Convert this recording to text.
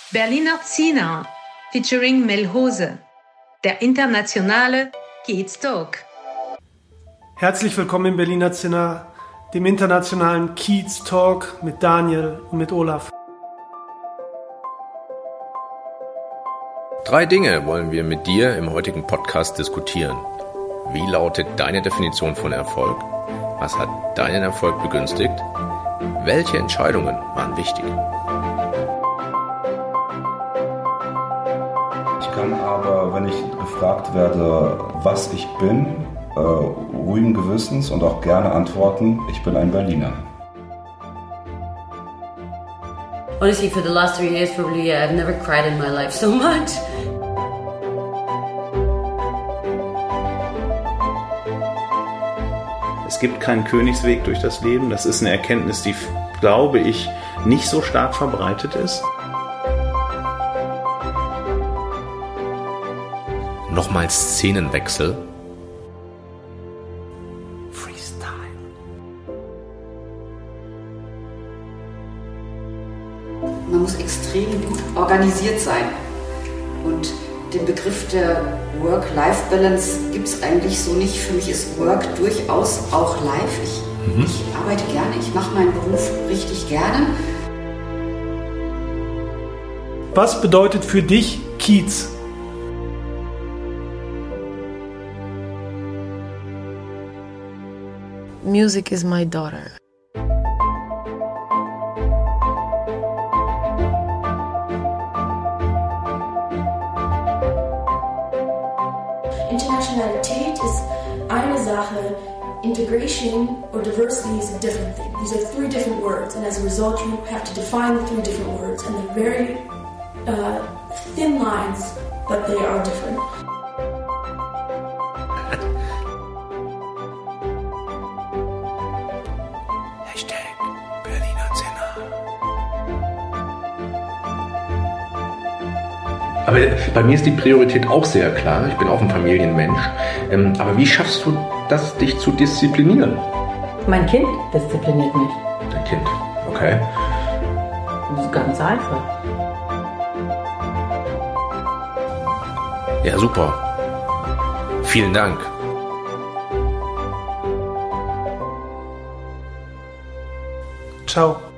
Berliner Zinner featuring Melhose, der internationale Kiez Talk. Herzlich willkommen im Berliner Zinner, dem internationalen Kiez Talk mit Daniel und mit Olaf. 3 Dinge wollen wir mit dir im heutigen Podcast diskutieren. Wie lautet deine Definition von Erfolg? Was hat deinen Erfolg begünstigt? Welche Entscheidungen waren wichtig? Ich kann aber, wenn ich gefragt werde, was ich bin, ruhigen Gewissens und auch gerne antworten, ich bin ein Berliner. Honestly, for the last 3 years, probably I've never cried in my life so much. Es gibt keinen Königsweg durch das Leben. Das ist eine Erkenntnis, die, glaube ich, nicht so stark verbreitet ist. Nochmal Szenenwechsel. Freestyle. Man muss extrem gut organisiert sein. Und den Begriff der Work-Life-Balance gibt es eigentlich so nicht. Für mich ist Work durchaus auch live. Ich arbeite gerne, ich mache meinen Beruf richtig gerne. Was bedeutet für dich Kiez? Music is my daughter. Internationalität ist eine Sache, integration or diversity is a different thing. These are 3 different words, and as a result, you have to define the 3 different words, and they're very thin lines, but they are different. Berliner Zinner. Aber bei mir ist die Priorität auch sehr klar. Ich bin auch ein Familienmensch. Aber wie schaffst du das, dich zu disziplinieren? Mein Kind diszipliniert mich. Dein Kind, okay. Das ist ganz einfach. Ja, super. Vielen Dank. Ciao.